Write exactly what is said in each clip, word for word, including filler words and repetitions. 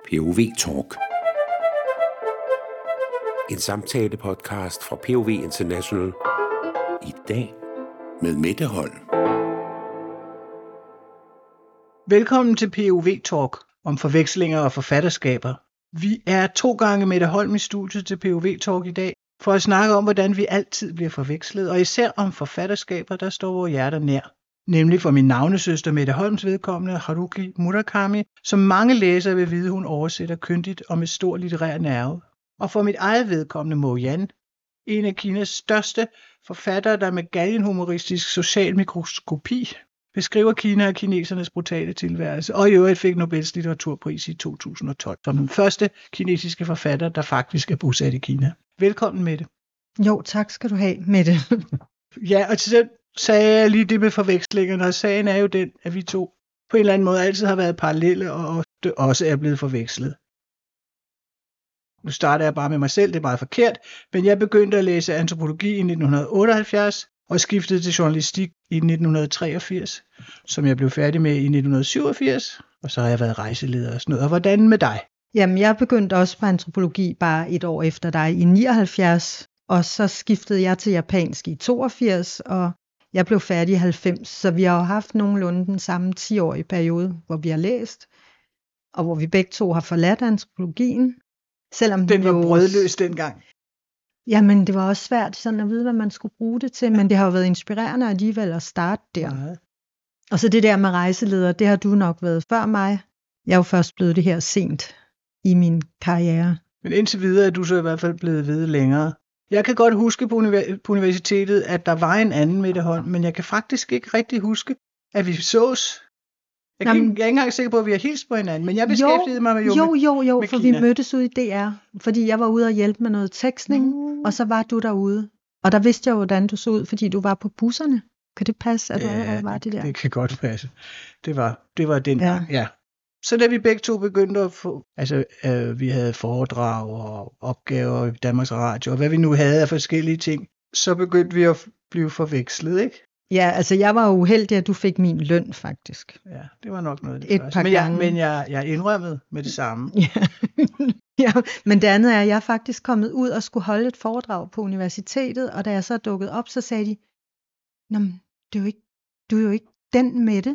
P O V Talk. En samtale-podcast fra P O V International. I dag med Mette Holm. Velkommen til P O V Talk om forvekslinger og forfatterskaber. Vi er to gange Mette Holm i studiet til P O V Talk i dag, for at snakke om, hvordan vi altid bliver forvekslet, og især om forfatterskaber, der står vores hjerter nær. Nemlig for min navnesøster Mette Holms vedkommende, Haruki Murakami, som mange læsere vil vide, hun oversætter kyndigt og med stor litterær nerve. Og for mit eget vedkommende, Mo Yan, en af Kinas største forfattere, der med galgenhumoristisk social mikroskopi beskriver Kina og kinesernes brutale tilværelse, og i øvrigt fik Nobels litteraturpris i to tusind og tolv, som den første kinesiske forfatter, der faktisk er bosat i Kina. Velkommen, Mette. Jo, tak skal du have, Mette. Ja, og så sagde jeg lige det med forvekslingerne, og sagen er jo den, at vi to på en eller anden måde altid har været parallelle, og det også er blevet forvekslet. Nu starter jeg bare med mig selv, det er meget forkert, men jeg begyndte at læse antropologi i nitten otteoghalvfjerds, og skiftede til journalistik i nitten treogfirs, som jeg blev færdig med i nitten syvogfirs, og så har jeg været rejseleder og sådan noget. Og hvordan med dig? Jamen, jeg begyndte også på antropologi bare et år efter dig i nioghalvfjerds, og så skiftede jeg til japansk i toogfirs, og jeg blev færdig i halvfems, så vi har jo haft nogenlunde den samme ti-årige periode, hvor vi har læst, og hvor vi begge to har forladt antropologien. Selvom den var jo brødløs dengang. Jamen, det var også svært sådan at vide, hvad man skulle bruge det til, men det har jo været inspirerende alligevel at starte der. Ja. Og så det der med rejseleder, det har du nok været før mig. Jeg er jo først blevet det her sent i min karriere. Men indtil videre er du så i hvert fald blevet ved længere. Jeg kan godt huske på, univers- på universitetet, at der var en anden Mette Holm, men jeg kan faktisk ikke rigtig huske, at vi sås. Jeg, kan, jeg er ikke engang sikker på, at vi har hilst på hinanden, men jeg beskæftigede jo, mig med jo Jo, jo, jo, med for Kina. Vi mødtes ude i D R, fordi jeg var ude og hjælpe med noget tekstning, mm. og så var du derude. Og der vidste jeg jo, hvordan du så ud, fordi du var på busserne. Kan det passe, at du ja, var det der? det kan godt passe. Det var, det var den gang, ja. ja. Så da vi begge to begyndte at få, altså øh, vi havde foredrag og opgaver i Danmarks Radio, og hvad vi nu havde af forskellige ting, så begyndte vi at blive forvekslet, ikke? Ja, altså jeg var uheldig, at du fik min løn, faktisk. Ja, det var nok noget af det Et første. par Men, jeg, gange. men jeg, jeg indrømmede med det samme. Ja. Ja, men det andet er, at jeg er faktisk kommet ud og skulle holde et foredrag på universitetet, og da jeg så dukkede op, så sagde de, nå, men, du er jo ikke, du er jo ikke den Mette.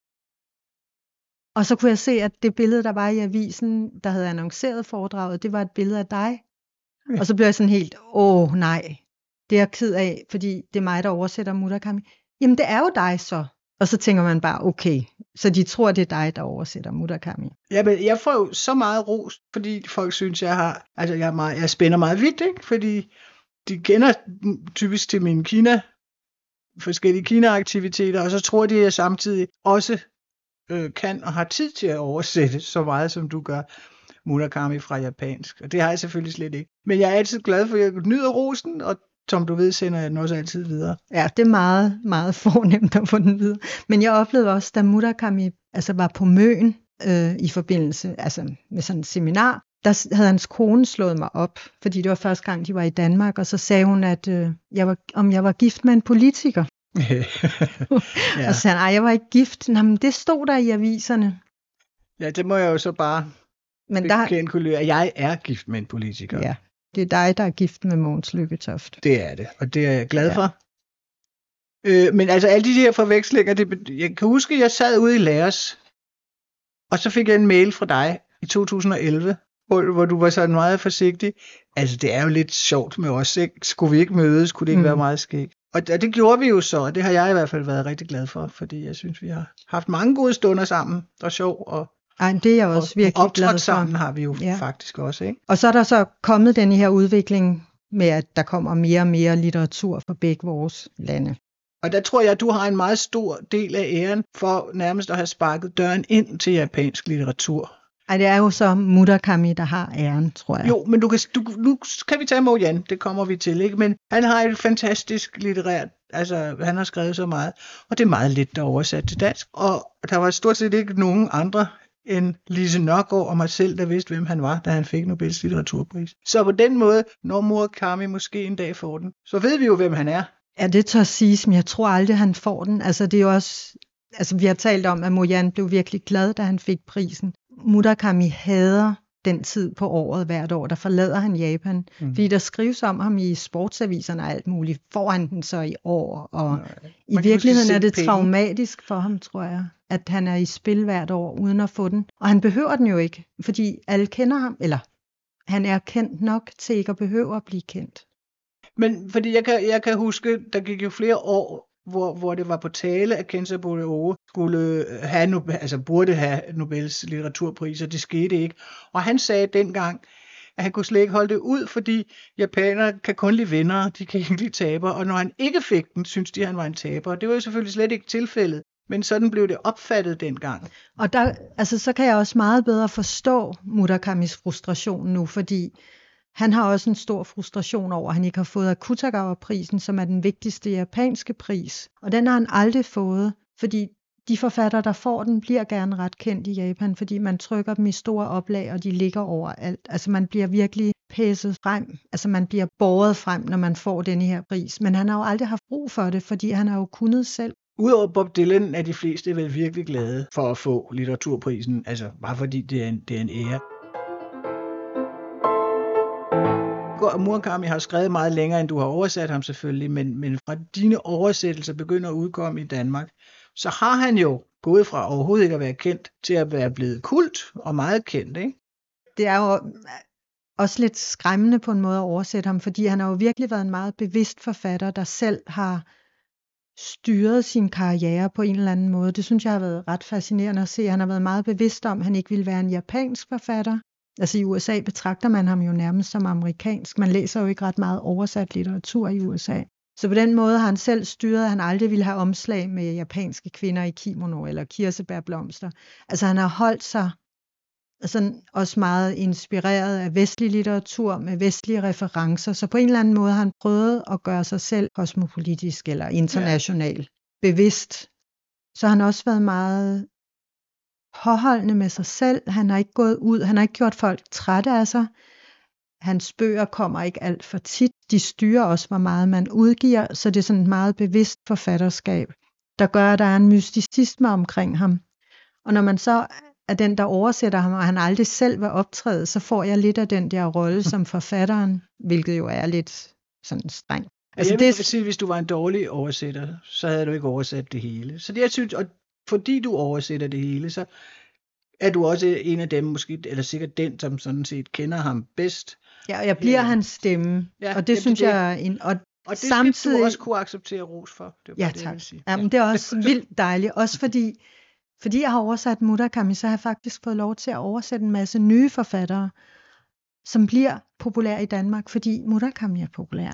Og så kunne jeg se, at det billede, der var i avisen, der havde annonceret foredraget, det var et billede af dig. Ja. Og så blev jeg sådan helt, åh nej, det er jeg ked af, fordi det er mig, der oversætter Murakami. Jamen det er jo dig så. Og så tænker man bare, okay, så de tror, det er dig, der oversætter Murakami. Ja, men jeg får jo så meget ros, fordi folk synes, jeg har, altså jeg, er meget, jeg spænder meget vidt, ikke? Fordi de kender typisk til mine Kina, forskellige Kina-aktiviteter, og så tror de, at jeg samtidig også øh, kan og har tid til at oversætte så meget, som du gør Murakami fra japansk. Og det har jeg selvfølgelig slet ikke. Men jeg er altid glad for, at jeg nyder rosen, og som du ved, sender jeg den også altid videre. Ja, det er meget, meget fornemt at få den videre. Men jeg oplevede også, da Murakami altså var på Møn øh, i forbindelse altså med sådan et seminar, der havde hans kone slået mig op, fordi det var første gang, de var i Danmark, og så sagde hun, at øh, jeg var, om jeg var gift med en politiker. Ja. Og så sagde han, nej, jeg var ikke gift. Nå, men det stod der i aviserne. Ja, det må jeg jo så bare men der bekende kulør, at jeg er gift med en politiker. Ja. Det er dig, der er gift med Mogens Lykketoft. Det er det, og det er jeg glad for. Ja. Øh, men altså alle de her forvekslinger, det, jeg kan huske, at jeg sad ude i Laos, og så fik jeg en mail fra dig i to tusind og elleve, hvor, hvor du var sådan meget forsigtig. Altså det er jo lidt sjovt med os, ikke? Skulle vi ikke mødes, kunne det ikke mm. være meget skægt? Og det gjorde vi jo så, og det har jeg i hvert fald været rigtig glad for, fordi jeg synes, vi har haft mange gode stunder sammen, og sjov, og Ej, det er jeg også virkelig glad for. Optrådt sammen har vi jo ja. faktisk også, ikke? Og så er der så kommet den her udvikling med, at der kommer mere og mere litteratur fra begge vores lande. Og der tror jeg, at du har en meget stor del af æren for nærmest at have sparket døren ind til japansk litteratur. Ej, det er jo så Murakami, der har æren, tror jeg. Jo, men du kan, du, nu kan vi tage Mo Yan, det kommer vi til, ikke? Men han har et fantastisk litterært, altså han har skrevet så meget, og det er meget let at oversætte til dansk. Og der var stort set ikke nogen andre end Lise Nørgaard og mig selv, der vidste, hvem han var, da han fik Nobels litteraturpris. Så på den måde, når Murakami måske en dag får den, så ved vi jo, hvem han er. Ja, det tør siges, men jeg tror aldrig, han får den. Altså, det er jo også, altså, vi har talt om, at Mo Yan blev virkelig glad, da han fik prisen. Murakami hader den tid på året hvert år, der forlader han Japan. Mm. Fordi der skrives om ham i sportsaviserne og alt muligt. Får han den så i år? Og nej, i virkeligheden er det penge. Traumatisk for ham, tror jeg, at han er i spil hvert år uden at få den. Og han behøver den jo ikke, fordi alle kender ham, eller han er kendt nok til ikke at behøve at blive kendt. Men fordi jeg kan, jeg kan huske, der gik jo flere år, hvor, hvor det var på tale, at Kenzaburo Oe skulle have, altså burde have Nobels litteraturpris, og det skete ikke. Og han sagde dengang, at han kunne slet ikke holde det ud, fordi japanere kan kun lide vindere, de kan ikke lide tabere, og når han ikke fik den, synes de, at han var en taber. Det var jo selvfølgelig slet ikke tilfældet, men sådan blev det opfattet dengang. Og der, altså, så kan jeg også meget bedre forstå Murakamis frustration nu, fordi han har også en stor frustration over, at han ikke har fået Akutagawa-prisen, som er den vigtigste japanske pris. Og den har han aldrig fået, fordi de forfattere, der får den, bliver gerne ret kendt i Japan, fordi man trykker dem i store oplag, og de ligger overalt. Altså man bliver virkelig pæset frem, altså man bliver båret frem, når man får denne her pris. Men han har jo aldrig haft brug for det, fordi han har jo kunnet selv. Udover Bob Dylan er de fleste vel virkelig glade for at få litteraturprisen, altså bare fordi det er en, det er en ære. Murakami har skrevet meget længere, end du har oversat ham selvfølgelig, men, men fra dine oversættelser begynder at udkomme i Danmark, så har han jo gået fra overhovedet ikke at være kendt til at være blevet kult og meget kendt, ikke? Det er jo også lidt skræmmende på en måde at oversætte ham, fordi han har jo virkelig været en meget bevidst forfatter, der selv har styret sin karriere på en eller anden måde. Det synes jeg har været ret fascinerende at se. Han har været meget bevidst om, at han ikke ville være en japansk forfatter. Altså i U S A betragter man ham jo nærmest som amerikansk. Man læser jo ikke ret meget oversat litteratur i U S A. Så på den måde har han selv styret, at han aldrig ville have omslag med japanske kvinder i kimono eller kirsebærblomster. Altså han har holdt sig altså, også meget inspireret af vestlig litteratur med vestlige referencer. Så på en eller anden måde har han prøvet at gøre sig selv kosmopolitisk eller international ja. bevidst. Så har han også været meget påholdende med sig selv. Han har ikke gået ud, han har ikke gjort folk trætte af sig. Hans bøger kommer ikke alt for tit. De styrer også, hvor meget man udgiver, så det er sådan et meget bevidst forfatterskab, der gør, at der er en mysticisme omkring ham. Og når man så er den, der oversætter ham, og han aldrig selv vil optræde, så får jeg lidt af den der rolle som forfatteren, hvilket jo er lidt sådan streng. Altså, jeg vil det... sige, hvis du var en dårlig oversætter, så havde du ikke oversat det hele. Så det, jeg synes, og fordi du oversætter det hele, så er du også en af dem, måske, eller sikkert den, som sådan set kender ham bedst. Ja, og jeg bliver ja. hans stemme, ja, og det, det synes det, jeg... En, og, og det samtidig... skal du også kunne acceptere ros for. Det ja, det, tak. Jeg sige. Jamen, det er også vildt dejligt, også fordi, fordi jeg har oversat Murakami, så har jeg faktisk fået lov til at oversætte en masse nye forfattere, som bliver populære i Danmark, fordi Murakami er populær.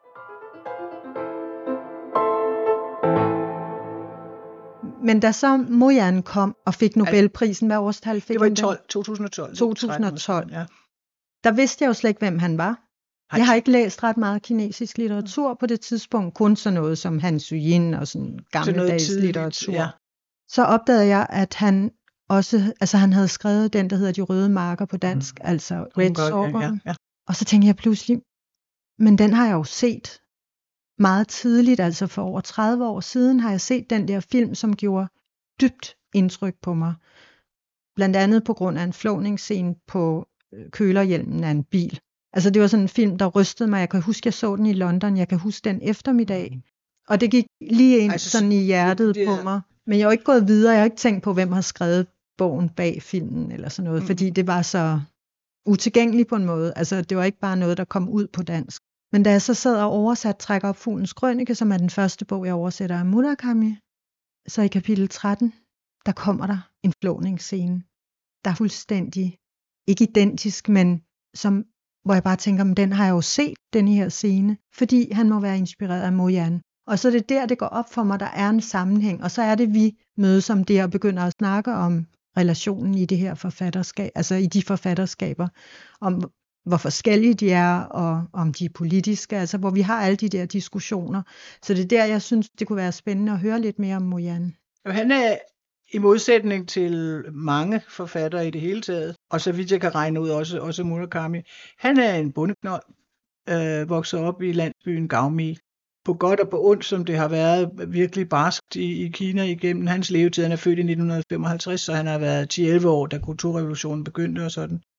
Men da så Moyan kom og fik Nobelprisen, hvad årstal fik det var i tolv, to tusind og tolv. to tusind og tolv. Ja. Der vidste jeg jo slet ikke, hvem han var. Jeg har ikke læst ret meget kinesisk litteratur på det tidspunkt, kun sådan noget som Han Suyin og sådan gammeldags litteratur. Ja. Så opdagede jeg, at han også, altså han havde skrevet den, der hedder De Røde Marker på dansk, mm. altså Red Sorghum. Ja, ja. Og så tænkte jeg pludselig, men den har jeg jo set meget tidligt, altså for over tredive år siden, har jeg set den der film, som gjorde dybt indtryk på mig. Blandt andet på grund af en flåningsscene på kølerhjelmen af en bil. Altså det var sådan en film, der rystede mig. Jeg kan huske, jeg så den i London. Jeg kan huske den eftermiddag. Og det gik lige ind altså, sådan i hjertet det, det, på mig. Men jeg har ikke gået videre. Jeg har ikke tænkt på, hvem har skrevet bogen bag filmen eller sådan noget. Mm. Fordi det var så utilgængeligt på en måde. Altså det var ikke bare noget, der kom ud på dansk. Men da jeg så sad og oversat Trækker op fuglens krønike, som er den første bog, jeg oversætter af Murakami, så i kapitel tretten, der kommer der en flåningsscene, der er fuldstændig, ikke identisk, men som, hvor jeg bare tænker, men den har jeg jo set, den her scene, fordi han må være inspireret af Moyan. Og så er det der, det går op for mig, der er en sammenhæng, og så er det, vi mødes om det og begynder at snakke om relationen i det her forfatterskab, altså i de forfatterskaber, om hvor forskellige de er, og om de er politiske, altså hvor vi har alle de der diskussioner. Så det er der, jeg synes, det kunne være spændende at høre lidt mere om Moyan. Han er i modsætning til mange forfattere i det hele taget, og så vidt jeg kan regne ud, også, også Murakami, han er en bondeknold, øh, vokser op i landsbyen Gaomi, på godt og på ondt, som det har været virkelig barskt i, i Kina igennem hans levetid. Han er født i nitten femoghalvtreds, så han har været ti til elleve år, da kulturrevolutionen begyndte og sådan.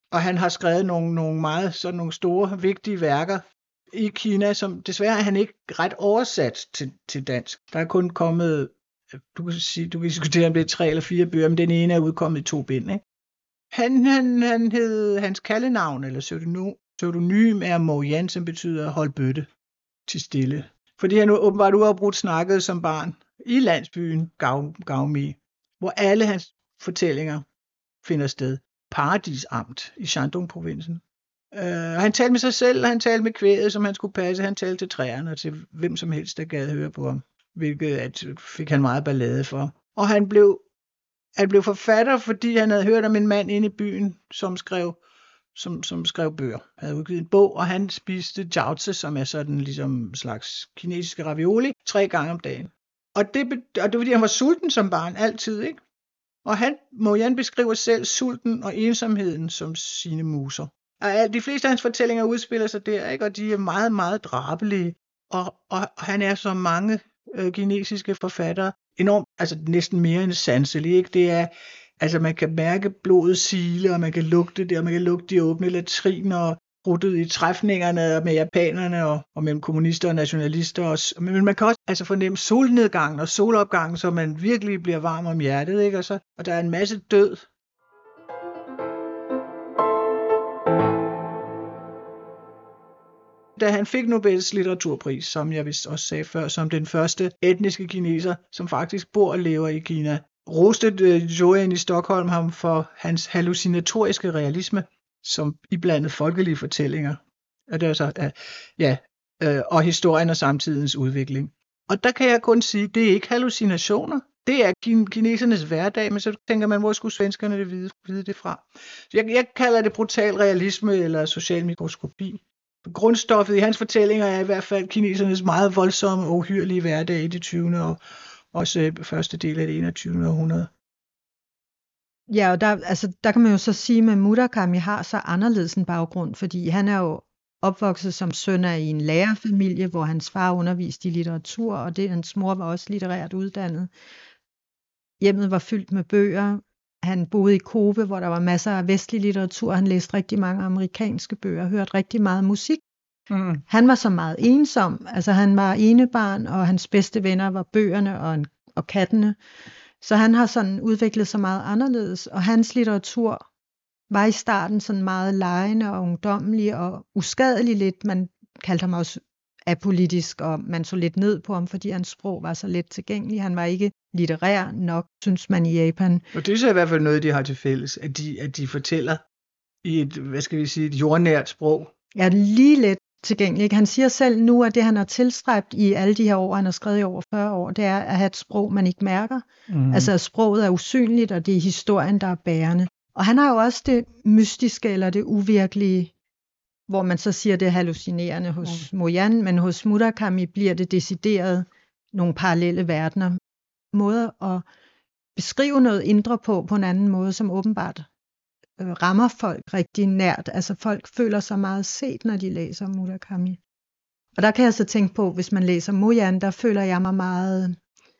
Og han har skrevet nogle, nogle meget sådan nogle store, vigtige værker i Kina, som desværre er han ikke ret oversat til, til dansk. Der er kun kommet, du kan, sige, du kan diskutere, om det er tre eller fire bøger, men den ene er udkommet i to bind. Ikke? Han, han, han hed, hans kaldenavn, eller pseudonym, pseudonym er Mo Yan, som betyder hold bøtte til stille. Fordi han åbenbart uafbrudt snakkede som barn i landsbyen Gao, Gaomi, hvor alle hans fortællinger finder sted. Paradisamt i Shandong-provinsen. Uh, han talte med sig selv, han talte med kvæget, som han skulle passe, han talte til træerne og til hvem som helst, der gad høre på ham, hvilket at, fik han meget ballade for. Og han blev, han blev forfatter, fordi han havde hørt om en mand inde i byen, som skrev, som, som skrev bøger. Han havde udgivet en bog, og han spiste jiaozi, som er sådan ligesom en slags kinesiske ravioli, tre gange om dagen. Og det, og det var fordi, han var sulten som barn, altid, ikke? Og han, Mo Yan beskriver selv sulten og ensomheden som sine muser. Og de fleste af hans fortællinger udspiller sig der, ikke? Og de er meget, meget drabelige. Og, og han er som mange øh, kinesiske forfattere enormt, altså næsten mere end sanselig, ikke? Det er, altså man kan mærke blodet sile, og man kan lugte det, og man kan lugte de åbne latriner, og ruttet i træfningerne med japanerne, og, og mellem kommunister og nationalister. Og, men man kan også altså fornemme solnedgangen og solopgangen, så man virkelig bliver varm om hjertet, ikke? Og, så, og der er en masse død. Da han fik Nobels litteraturpris, som jeg vist også sagde før, som den første etniske kineser, som faktisk bor og lever i Kina, roste Joanne i Stockholm ham for hans hallucinatoriske realisme, som iblandet folkelige fortællinger, og, det er så, ja, og historien og samtidens udvikling. Og der kan jeg kun sige, det er ikke hallucinationer. Det er kinesernes hverdag, men så tænker man, hvor skulle svenskerne det vide, vide det fra? Så jeg, jeg kalder det brutal realisme eller social mikroskopi. Grundstoffet i hans fortællinger er i hvert fald kinesernes meget voldsomme og uhyrlige hverdag i det tyvende og også første del af det enogtyvende århundrede. Ja, og der, altså, der kan man jo så sige, at Murakami har så anderledes en baggrund, fordi han er jo opvokset som søn af i en lærerfamilie, hvor hans far underviste i litteratur, og det, hans mor var også litterært uddannet. Hjemmet var fyldt med bøger. Han boede i Kobe, hvor der var masser af vestlig litteratur. Han læste rigtig mange amerikanske bøger og hørte rigtig meget musik. Mm. Han var så meget ensom. Altså han var enebarn, og hans bedste venner var bøgerne og, og kattene. Så han har sådan udviklet sig meget anderledes. Og hans litteratur var i starten sådan meget legende og ungdommelig og uskadelig lidt. Man kaldte ham også apolitisk, og man så lidt ned på ham, fordi hans sprog var så let tilgængelig. Han var ikke litterær nok, synes man i Japan. Og det er så i hvert fald noget, de har til fælles, at de, at de fortæller i et, hvad skal vi sige, et jordnært sprog. Ja, lige let tilgængelig. Han siger selv nu, at det han har tilstræbt i alle de her år, han har skrevet i over fyrre år, det er at have et sprog, man ikke mærker. Mm. Altså at sproget er usynligt, og det er historien, der er bærende. Og han har jo også det mystiske, eller det uvirkelige, hvor man så siger, det er hallucinerende hos mm. Mo Yan, men hos Murakami bliver det decideret nogle parallelle verdener. Måder at beskrive noget indre på, på en anden måde, som åbenbart øh, rammer folk rigtig nært. Altså folk føler sig meget set, når de læser Murakami. Og der kan jeg så tænke på, hvis man læser Mo Yan, der føler jeg mig meget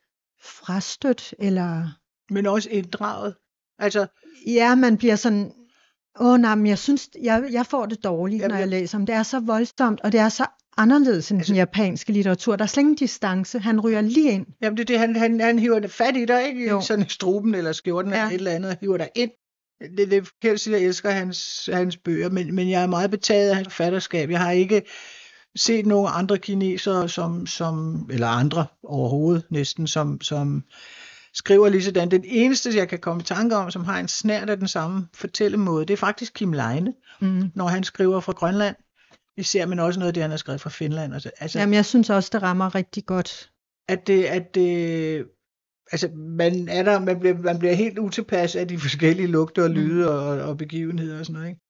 frastødt, eller... Men også inddraget. Altså... Ja, man bliver sådan... Åh nej, men jeg synes, jeg, jeg får det dårligt, Jamen, når jeg læser om. Det er så voldsomt, og det er så anderledes end altså, den japanske litteratur. Der er slet ingen distance. Han ryger lige ind. Jamen det er det, han, han, han hiver det fat i dig, ikke? Jo. Sådan i struben eller skjorten ja. eller et eller andet, hiver dig ind. Det, det kan jeg sige, at jeg elsker hans, hans bøger, men, men jeg er meget betaget af hans forfatterskab. Jeg har ikke set nogen andre kinesere, som, som, eller andre overhovedet næsten, som... som skriver lige sådan. Den eneste, jeg kan komme i tanke om, som har en snært af den samme fortællemåde, det er faktisk Kim Leine, mm. når han skriver fra Grønland. Især, men også noget af det, han har skrevet fra Finland. Altså, Jamen, jeg synes også, det rammer rigtig godt. At det, at det, altså, man, er der, man, bliver, man bliver helt utilpas af de forskellige lugter og lyde mm. og, og begivenheder og sådan noget, ikke?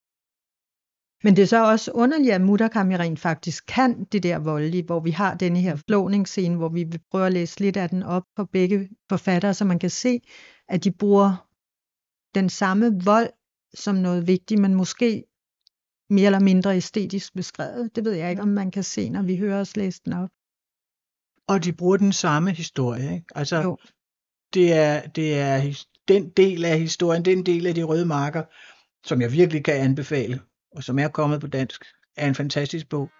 Men det er så også underligt, at Murakami rent faktisk kan det der voldelige, hvor vi har denne her flåningsscene, hvor vi vil prøve at læse lidt af den op for begge forfattere, så man kan se, at de bruger den samme vold som noget vigtigt, men måske mere eller mindre æstetisk beskrevet. Det ved jeg ikke, om man kan se, når vi hører os læse den op. Og de bruger den samme historie, ikke? Altså, jo. det er, det er den del af historien, den del af de røde marker, som jeg virkelig kan anbefale, og som er kommet på dansk, er en fantastisk bog.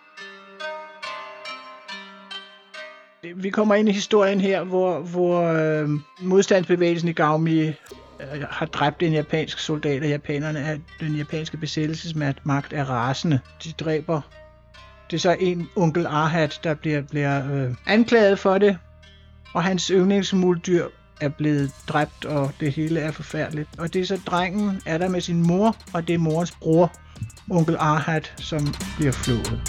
Vi kommer ind i historien her, hvor, hvor øh, modstandsbevægelsen i Gao-Mi øh, har dræbt en japansk soldat, og japanerne er den japanske besættelsesmagt er rasende. De dræber. Det er så en onkel Arhat, der bliver, bliver øh, anklaget for det, og hans yndlingsmuldyr er blevet dræbt, og det hele er forfærdeligt. Og det er så drengen er der med sin mor, og det er morens bror, onkel Arhat, som bliver flået.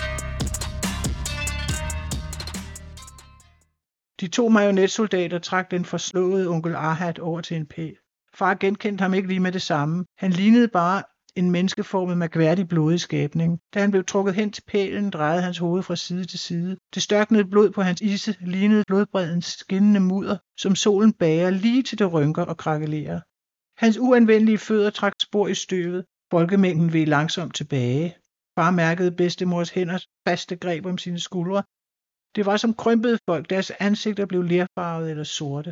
De to marionetsoldater trak den forslåede onkel Arhat over til en pæl. Far genkendte ham ikke lige med det samme. Han lignede bare en menneskeformet mærkværdig blodig skabning. Da han blev trukket hen til pælen, drejede hans hoved fra side til side. Det størknede blod på hans isse lignede blodbredens skinnende mudder, som solen bager lige til det rynker og krakelerer. Hans uanvendelige fødder trak spor i støvet. Folkemængden veg langsomt tilbage. Far mærkede bedstemors hænders faste greb om sine skuldre. Det var som krympede folk, deres ansigter blev lerfarvede eller sorte.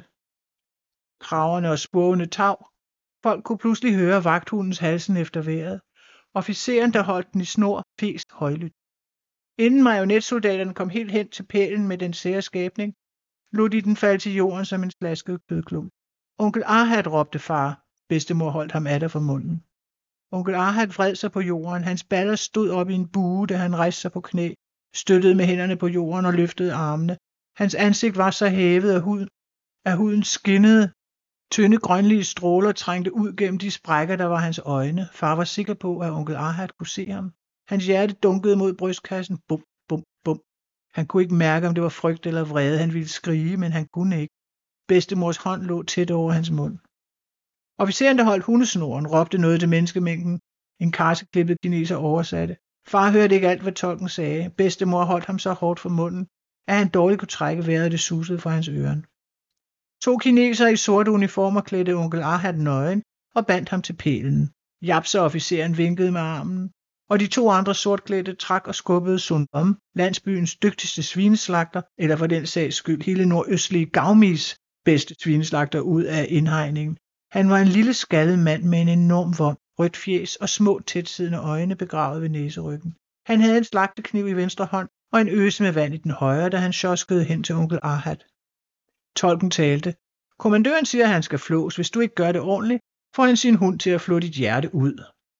Kraverne og spurvende tav. Folk kunne pludselig høre vagthundens halsen efter vejret. Officeren, der holdt den i snor, fes højlydt. Inden marionetsoldaterne kom helt hen til pælen med den sære skabning, lod de den falde til jorden som en slasket kødklump. Onkel Arhat, råbte far. Bedstemor holdt ham atter for munden. Onkel Arhat vred sig på jorden. Hans baller stod op i en bue, da han rejste sig på knæ, støttede med hænderne på jorden og løftede armene. Hans ansigt var så hævet af huden, at huden skinnede. Tynde grønlige stråler trængte ud gennem de sprækker, der var hans øjne. Far var sikker på, at onkel Arhat kunne se ham. Hans hjerte dunkede mod brystkassen. Bum, bum, bum. Han kunne ikke mærke, om det var frygt eller vrede. Han ville skrige, men han kunne ikke. Bedstemors hånd lå tæt over hans mund. Officeren, der holdt hundesnoren, råbte noget til menneskemængden. En karseklippet kineser oversatte. Far hørte ikke alt, hvad tolken sagde. Bedstemor holdt ham så hårdt for munden, at han dårligt kunne trække vejret, det susede fra hans øren. To kinesere i sorte uniformer klædte onkel Arhat nøgen og bandt ham til pælen. Japse-officeren vinkede med armen, og de to andre sortklædte trak og skubbede Sun Bum, landsbyens dygtigste svineslagter, eller for den sags skyld hele nordøstlige Gao-Mis bedste svineslagter, ud af indhegningen. Han var en lille skaldet mand med en enorm vom, rødt fjes og små tætsiddende øjne begravet ved næseryggen. Han havde en slagtekniv i venstre hånd og en øse med vand i den højre, da han sjoskede hen til onkel Arhat. Tolken talte. Kommandøren siger, at han skal flås. Hvis du ikke gør det ordentligt, får han sin hund til at flå dit hjerte ud.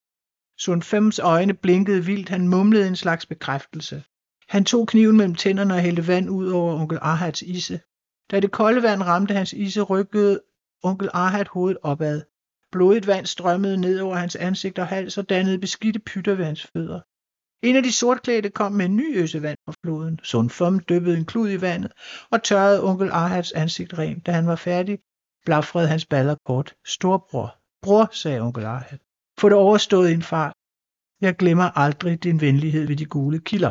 Sun Fems øjne blinkede vildt. Han mumlede en slags bekræftelse. Han tog kniven mellem tænderne og hældte vand ud over onkel Arhats isse. Da det kolde vand ramte hans isse, rykkede onkel Arhat hovedet opad. Blodigt vand strømmede ned over hans ansigt og hals og dannede beskidte pytter ved hans fødder. En af de sortklædte kom med en ny øse vand fra floden. Sun Fum dyppede en klud i vandet og tørrede onkel Arhats ansigt rent. Da han var færdig, blafrede hans baller kort. Storbror, bror, sagde onkel Arhat. Få det overstået i en fart. Jeg glemmer aldrig din venlighed ved de gule kilder.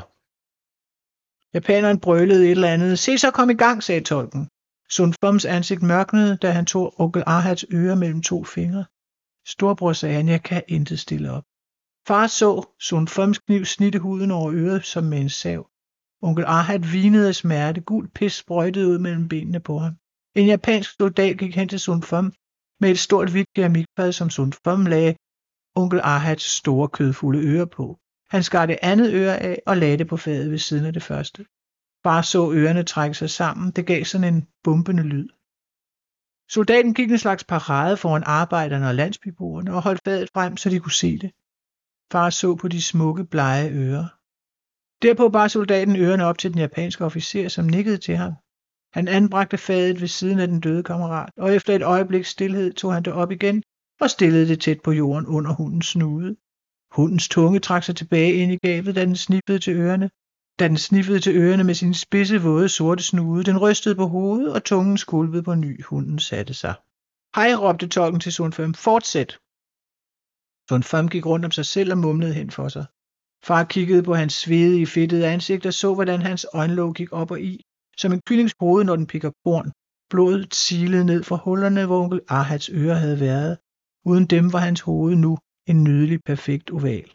Japaneren brølede et eller andet. Se så, kom i gang, sagde tolken. Sun Fums ansigt mørknede, da han tog onkel Arhats øre mellem to fingre. Storbror, sagde han, jeg kan intet stille op. Far så Sun Fums kniv snitte huden over øret som med en sav. Onkel Arhat hvinede af smerte. Gul pis sprøjtede ud mellem benene på ham. En japansk soldat gik hen til Sun Fum med et stort hvidt keramikfad, som Sun Fum lagde onkel Arhats store kødfulde øre på. Han skar det andet øre af og lagde det på fadet ved siden af det første. Far så ørerne trække sig sammen. Det gav sådan en bumpende lyd. Soldaten gik en slags parade foran arbejderne og landsbyboerne og holdt fadet frem, så de kunne se det. Far så på de smukke, blege ører. Derpå bar soldaten ørerne op til den japanske officer, som nikkede til ham. Han anbragte fadet ved siden af den døde kammerat, og efter et øjebliks stilhed tog han det op igen og stillede det tæt på jorden under hundens snude. Hundens tunge trak sig tilbage ind i gabet, da den sniffede til ørerne. Da den sniffede til ørerne med sin spidse, våde, sorte snude, den rystede på hovedet, og tungen skulpede på ny. Hunden satte sig. Hej, råbte tolken til Sun Fum. Fortsæt! Sun Fum gik rundt om sig selv og mumlede hen for sig. Far kiggede på hans svedige, fedtede ansigt og så, hvordan hans øjenlåg gik op og i, som en kyllings hoved, når den pikker korn. Blodet silede ned fra hullerne, hvor onkel Arhats ører havde været. Uden dem var hans hoved nu en nydelig, perfekt oval.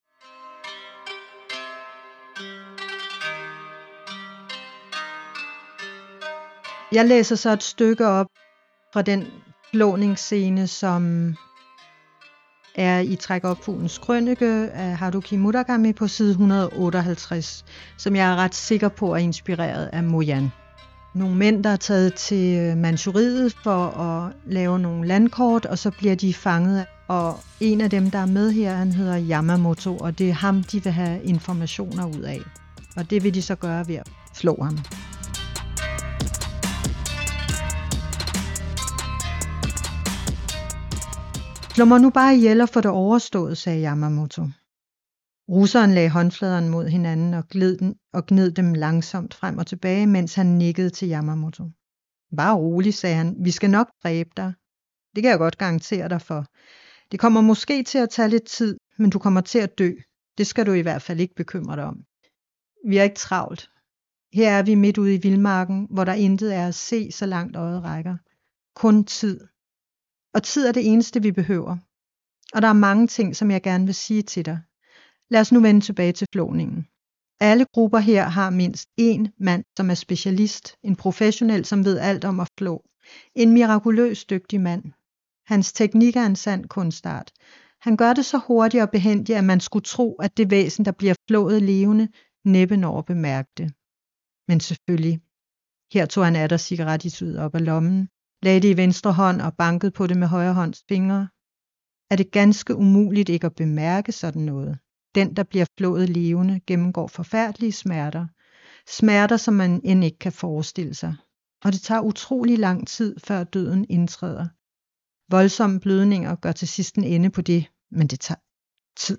Jeg læser så et stykke op fra den flåningsscene, som er i Træk op fuglens krønike af Haruki Murakami på side et hundrede og otteoghalvtreds, som jeg er ret sikker på er inspireret af Moyan. Nogle mænd, der er taget til Manchuriet for at lave nogle landkort, og så bliver de fanget. Og en af dem, der er med her, han hedder Yamamoto, og det er ham, de vil have informationer ud af. Og det vil de så gøre ved at slå ham. Slå mig nu bare ihjel og få det overstået, sagde Yamamoto. Russeren lagde håndfladerne mod hinanden og, gled den, og gned dem langsomt frem og tilbage, mens han nikkede til Yamamoto. Bare rolig, sagde han. Vi skal nok dræbe dig. Det kan jeg godt garantere dig for. Det kommer måske til at tage lidt tid, men du kommer til at dø. Det skal du i hvert fald ikke bekymre dig om. Vi er ikke travlt. Her er vi midt ude i vildmarken, hvor der intet er at se, så langt øjet rækker. Kun tid. Og tid er det eneste, vi behøver. Og der er mange ting, som jeg gerne vil sige til dig. Lad os nu vende tilbage til flåningen. Alle grupper her har mindst én mand, som er specialist, en professionel, som ved alt om at flå. En mirakuløs dygtig mand. Hans teknik er en sand kunstart. Han gør det så hurtigt og behændigt, at man skulle tro, at det væsen, der bliver flået levende, næppe når at bemærke det. Men selvfølgelig. Her tog han atter cigarettetudet op af lommen, lagde det i venstre hånd og bankede på det med højre hånds fingre. Er det ganske umuligt ikke at bemærke sådan noget? Den, der bliver flået levende, gennemgår forfærdelige smerter. Smerter, som man end ikke kan forestille sig. Og det tager utrolig lang tid, før døden indtræder. Voldsomme blødninger gør til sidst en ende på det, men det tager tid.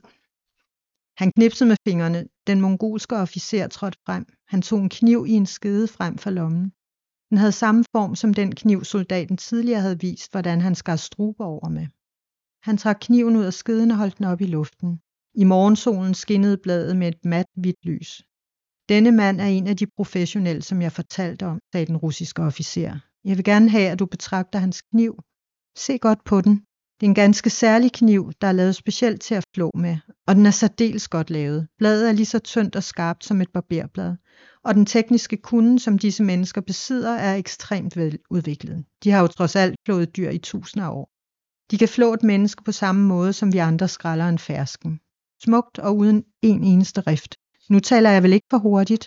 Han knipsede med fingrene. Den mongolske officer trådte frem. Han tog en kniv i en skede frem for lommen. Den havde samme form som den kniv, soldaten tidligere havde vist, hvordan han skar struber over med. Han trak kniven ud af skeden og holdt den op i luften. I morgensolen skinnede bladet med et mat hvidt lys. Denne mand er en af de professionelle, som jeg fortalte om, sagde den russiske officer. Jeg vil gerne have, at du betragter hans kniv. Se godt på den. Det er en ganske særlig kniv, der er lavet specielt til at flå med, og den er særdeles godt lavet. Bladet er lige så tyndt og skarpt som et barberblad, og den tekniske kunde, som disse mennesker besidder, er ekstremt veludviklet. De har jo trods alt flået dyr i tusinder af år. De kan flå et menneske på samme måde, som vi andre skræller en fersken. Smukt og uden en eneste rift. Nu taler jeg vel ikke for hurtigt?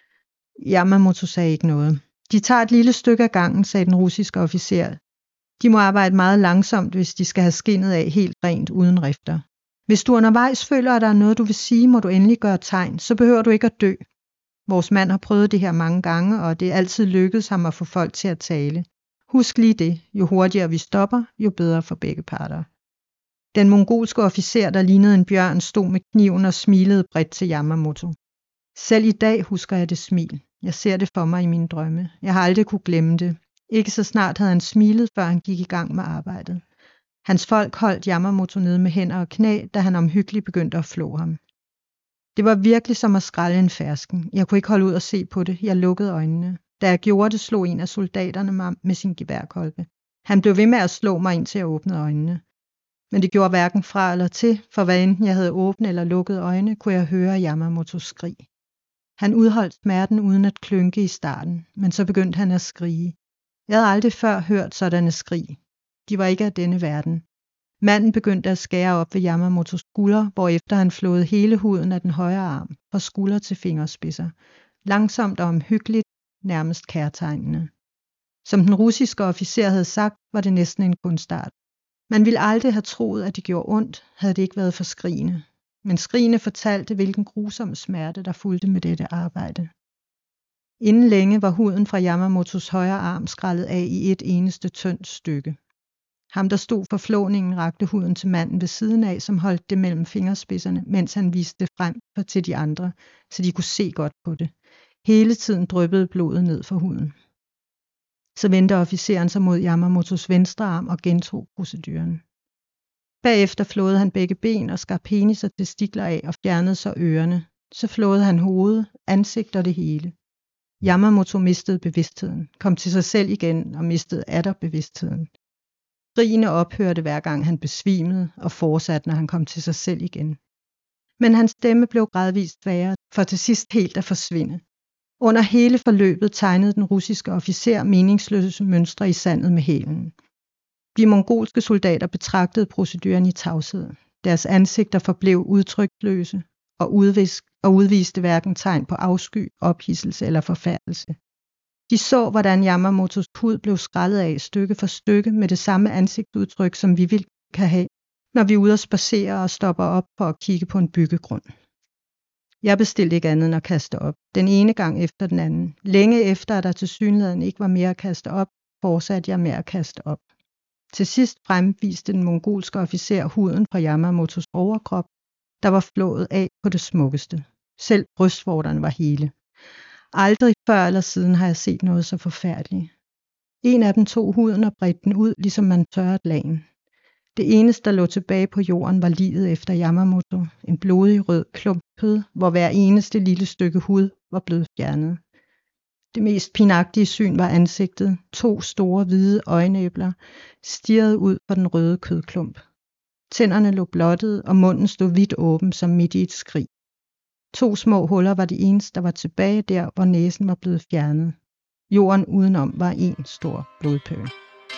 Yamamoto sagde ikke noget. De tager et lille stykke af gangen, sagde den russiske officer. De må arbejde meget langsomt, hvis de skal have skinnet af helt rent uden rifter. Hvis du undervejs føler, at der er noget, du vil sige, må du endelig gøre tegn, så behøver du ikke at dø. Vores mand har prøvet det her mange gange, og det er altid lykkedes ham at få folk til at tale. Husk lige det. Jo hurtigere vi stopper, jo bedre for begge parter. Den mongolske officer, der lignede en bjørn, stod med kniven og smilede bredt til Yamamoto. Selv i dag husker jeg det smil. Jeg ser det for mig i mine drømme. Jeg har aldrig kunne glemme det. Ikke så snart havde han smilet, før han gik i gang med arbejdet. Hans folk holdt Yamamoto nede med hænder og knæ, da han omhyggeligt begyndte at flå ham. Det var virkelig som at skrælle en fersken. Jeg kunne ikke holde ud og se på det. Jeg lukkede øjnene. Da jeg gjorde det, slog en af soldaterne mig med sin geværkolbe. Han blev ved med at slå mig, indtil jeg åbnede øjnene. Men det gjorde hverken fra eller til, for hvad enten jeg havde åbne eller lukkede øjne, kunne jeg høre Yamamotos skrig. Han udholdt smerten uden at klynke i starten, men så begyndte han at skrige. Jeg havde aldrig før hørt sådanne skrig. De var ikke af denne verden. Manden begyndte at skære op ved Yamamotos skulder, hvorefter han flåede hele huden af den højre arm, fra skulder til fingerspidser. Langsomt og omhyggeligt, nærmest kærtegnende. Som den russiske officer havde sagt, var det næsten en kunstart. Man ville aldrig have troet, at det gjorde ondt, havde det ikke været for skrigene. Men skrigene fortalte, hvilken grusom smerte, der fulgte med dette arbejde. Inden længe var huden fra Yamamotos højre arm skrællet af i et eneste tyndt stykke. Ham, der stod for flåningen, rakte huden til manden ved siden af, som holdt det mellem fingerspidserne, mens han viste det frem for til de andre, så de kunne se godt på det. Hele tiden dryppede blodet ned for huden. Så vendte officeren sig mod Yamamotos venstre arm og gentog proceduren. Bagefter flåede han begge ben og skar penis og testikler af og fjernede så ørerne. Så flåede han hovedet, ansigt og det hele. Yamamoto mistede bevidstheden, kom til sig selv igen og mistede atter bevidstheden. Skrigene ophørte hver gang han besvimede og fortsatte, når han kom til sig selv igen. Men hans stemme blev gradvist svagere, for til sidst helt at forsvinde. Under hele forløbet tegnede den russiske officer meningsløse mønstre i sandet med hælen. De mongolske soldater betragtede proceduren i tavshed. Deres ansigter forblev udtryksløse og, udvis- og udviste hverken tegn på afsky, ophidselse eller forfærdelse. De så, hvordan Yamamotos hud blev skrællet af stykke for stykke med det samme ansigtsudtryk, som vi vil kan have, når vi er ude at spacere og stopper op for at kigge på en byggegrund. Jeg bestilte ikke andet end at kaste op, den ene gang efter den anden. Længe efter, at der tilsyneladende ikke var mere at kaste op, fortsatte jeg med at kaste op. Til sidst fremviste den mongolske officer huden fra Yamamotos overkrop, der var flået af på det smukkeste. Selv brystvorterne var hele. Aldrig før eller siden har jeg set noget så forfærdeligt. En af dem tog huden og bredte den ud, ligesom man tørrede lagen. Det eneste, der lå tilbage på jorden, var liget efter Yamamoto, en blodig rød klump kød, hvor hver eneste lille stykke hud var blevet fjernet. Det mest pinagtige syn var ansigtet, to store hvide øjenæbler, stirrede ud fra den røde kødklump. Tænderne lå blottede, og munden stod vidt åben som midt i et skrig. To små huller var det eneste, der var tilbage der, hvor næsen var blevet fjernet. Jorden udenom var en stor blodpøl.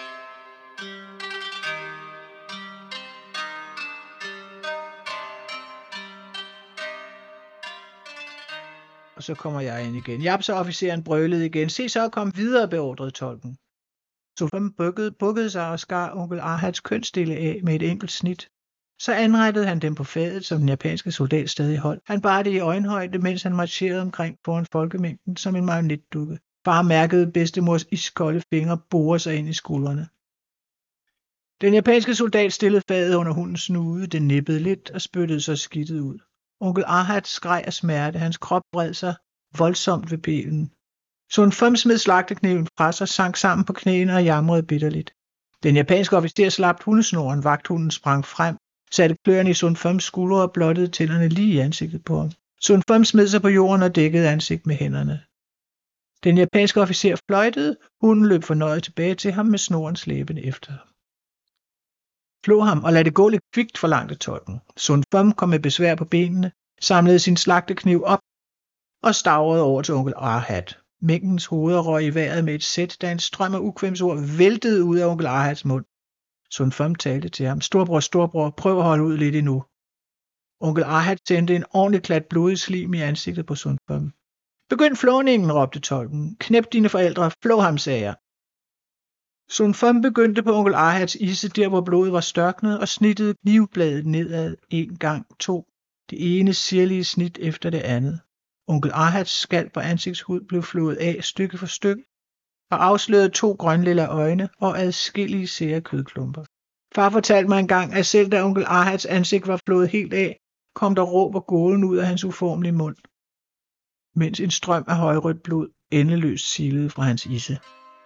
Og så kommer jeg ind igen. Japsa-officeren brølede igen. Se så, kom videre, beordrede tolken. Sun bukkede, bukkede sig og skar onkel Arhats kønsdele af med et enkelt snit. Så anrettede han dem på fadet, som den japanske soldat stadig holdt. Han bar det i øjenhøjde, mens han marcherede omkring foran folkemængden som en marionetdukke. Far mærkede bedstemors iskolde fingre bore sig ind i skuldrene. Den japanske soldat stillede fadet under hundens snude, den nippede lidt og spyttede så skidtet ud. Onkel Arhat skreg af smerte, hans krop vred sig voldsomt ved pælen. Sun Fum smed slagtekniven fra sig, sank sammen på knæene og jamrede bitterligt. Den japanske officer slap hundesnoren, vagthunden sprang frem, satte kløerne i Sun Fums skuldre og blottede tænderne lige i ansigtet på ham. Sun Fum smed sig på jorden og dækkede ansigt med hænderne. Den japanske officer fløjtede, hunden løb fornøjet tilbage til ham med snoren slæbende efter ham. Flå ham og lad det gå lidt kvikt, forlangte tolken. Sun Fum kom med besvær på benene, samlede sin slagtekniv op og stavrede over til onkel Arhat. Mængdens hoveder røg i vejret med et sæt, da en strøm af ukvemsord væltede ud af onkel Arhats mund. Sun Fum talte til ham. Storbror, storbror, prøv at holde ud lidt endnu. Onkel Arhat tændte en ordentlig klat blodig slim i ansigtet på Sun Fum. Begynd flåningen, råbte tolken. Knæp dine forældre, flå ham, sagde jeg. Sun Fum begyndte på onkel Arhats isse, der hvor blodet var størknet, og snittede knivbladet nedad en gang to. Det ene sirlige snit efter det andet. Onkel Arhats skalp og ansigtshud blev flået af stykke for stykke, og afslørede to grønlilla øjne og adskillige sære kødklumper. Far fortalte mig engang, at selv da onkel Arhats ansigt var flået helt af, kom der råb og gålen ud af hans uformelige mund, mens en strøm af højrødt blod endeløst silede fra hans isse.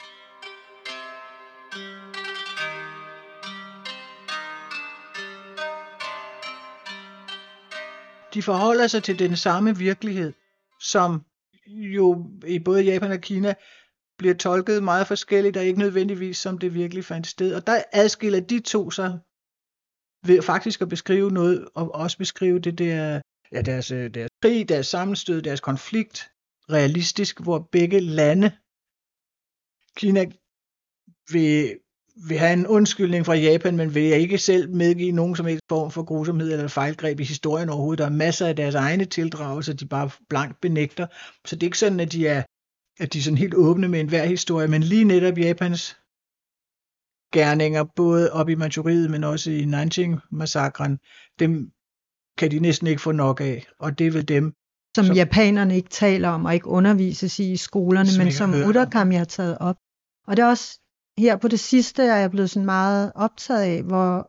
De forholder sig til den samme virkelighed, som jo i både Japan og Kina bliver tolket meget forskelligt, og ikke nødvendigvis som det virkelig fandt sted. Og der adskiller de to sig ved faktisk at beskrive noget, og også beskrive det der, ja, deres, deres krig, deres sammenstød, deres konflikt, realistisk, hvor begge lande, Kina vil, vil have en undskyldning fra Japan, men vil ikke selv medgive nogen som helst form for grusomhed eller fejlgreb i historien overhovedet. Der er masser af deres egne tildragelser, de bare blankt benægter. Så det er ikke sådan, at de er, at de er sådan helt åbne med enhver historie, men lige netop Japans gerninger, både op i Manchuriet, men også i Nanjing-massakren, dem kan de næsten ikke få nok af, og det er vel dem, som, som japanerne ikke taler om og ikke undervises i i skolerne, som men som Murakami har taget op. Og det er også her på det sidste, er jeg blevet sådan meget optaget af, hvor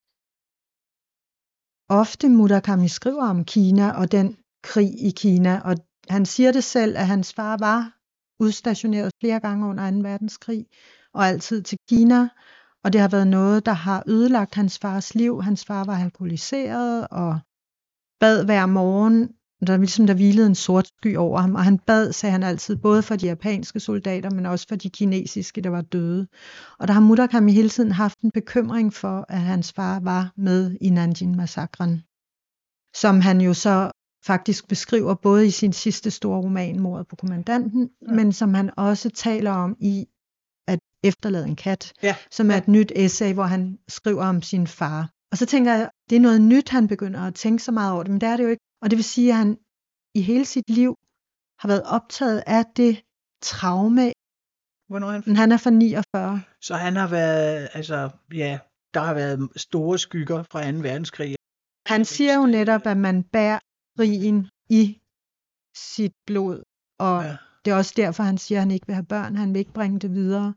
ofte Murakami skriver om Kina og den krig i Kina, og han siger det selv, at hans far var udstationeret flere gange under anden verdenskrig, og altid til Kina, og det har været noget, der har ødelagt hans fars liv. Hans far var alkoholiseret og bad hver morgen. Der var ligesom der hvilede en sort sky over ham, og han bad, sagde han altid, både for de japanske soldater, men også for de kinesiske, der var døde. Og der har Murakami hele tiden haft en bekymring for, at hans far var med i Nanjing-massakren, som han jo så faktisk beskriver både i sin sidste store roman, Mordet på kommandanten, ja. Men som han også taler om i, at Efterlad en kat, Ja. som er et nyt essay, hvor han skriver om sin far. Og så tænker jeg, det er noget nyt, han begynder at tænke så meget over det, men det er det jo ikke. Og det vil sige, at han i hele sit liv har været optaget af det traume. Hvornår er han? Men han er fra niogfyrre. Så han har været, altså, ja, der har været store skygger fra anden verdenskrig. Han siger jo netop, at man bærer krigen i sit blod, og ja. Det er også derfor, han siger, at han ikke vil have børn, han vil ikke bringe det videre.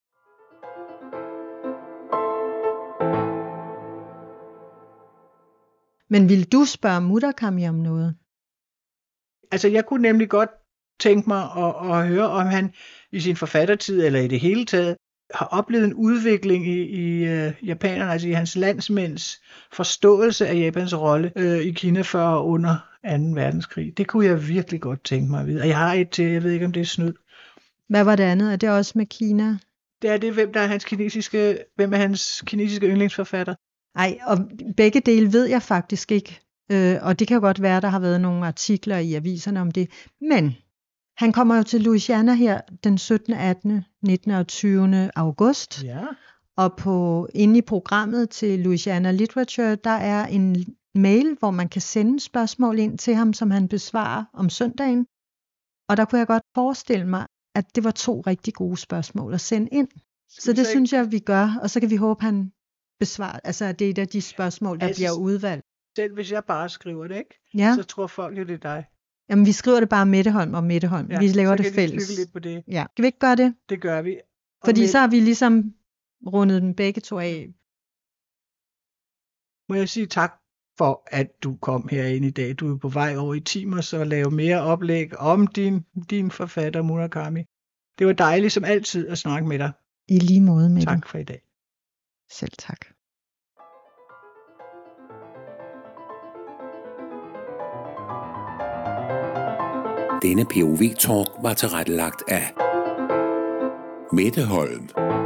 Men vil du spørge Murakami om noget? Altså, jeg kunne nemlig godt tænke mig at, at høre, om han i sin forfattertid, eller i det hele taget, har oplevet en udvikling i, i uh, japanerne, altså i hans landsmænds forståelse af Japans rolle uh, i Kina før og under anden verdenskrig. Det kunne jeg virkelig godt tænke mig at vide. Og jeg har et til, jeg ved ikke, om det er snyd. Hvad var det andet? Er det også med Kina? Det er det, hvem der er hans kinesiske, hvem er hans kinesiske yndlingsforfatter? Nej, og begge dele ved jeg faktisk ikke. Øh, og det kan jo godt være, der har været nogle artikler i aviserne om det. Men han kommer jo til Louisiana her den syttende, attende, nittende og tyvende august. Ja. Og på, inde i programmet til Louisiana Literature, der er en mail, hvor man kan sende spørgsmål ind til ham, som han besvarer om søndagen. Og der kunne jeg godt forestille mig, at det var to rigtig gode spørgsmål at sende ind. Så det synes jeg, vi gør, og så kan vi håbe, han besvarer. Altså, at det er et af de spørgsmål, der altså, bliver udvalgt. Selv hvis jeg bare skriver det, ikke? Ja. Så tror folk jo, det er dig. Jamen, vi skriver det bare Metteholm og Metteholm. Ja, vi laver det fælles. Så kan lidt på det. Ja. Skal vi ikke gøre det? Det gør vi. Og Fordi med... så har vi ligesom rundet dem begge to af. Må jeg sige tak for, at du kom herind i dag. Du er på vej over i Timers og lave mere oplæg om din, din forfatter, Murakami. Det var dejligt som altid at snakke med dig. I lige måde, med Tak for i dag. Selv tak. Denne P O V-talk var tilrettelagt af Mette Holm.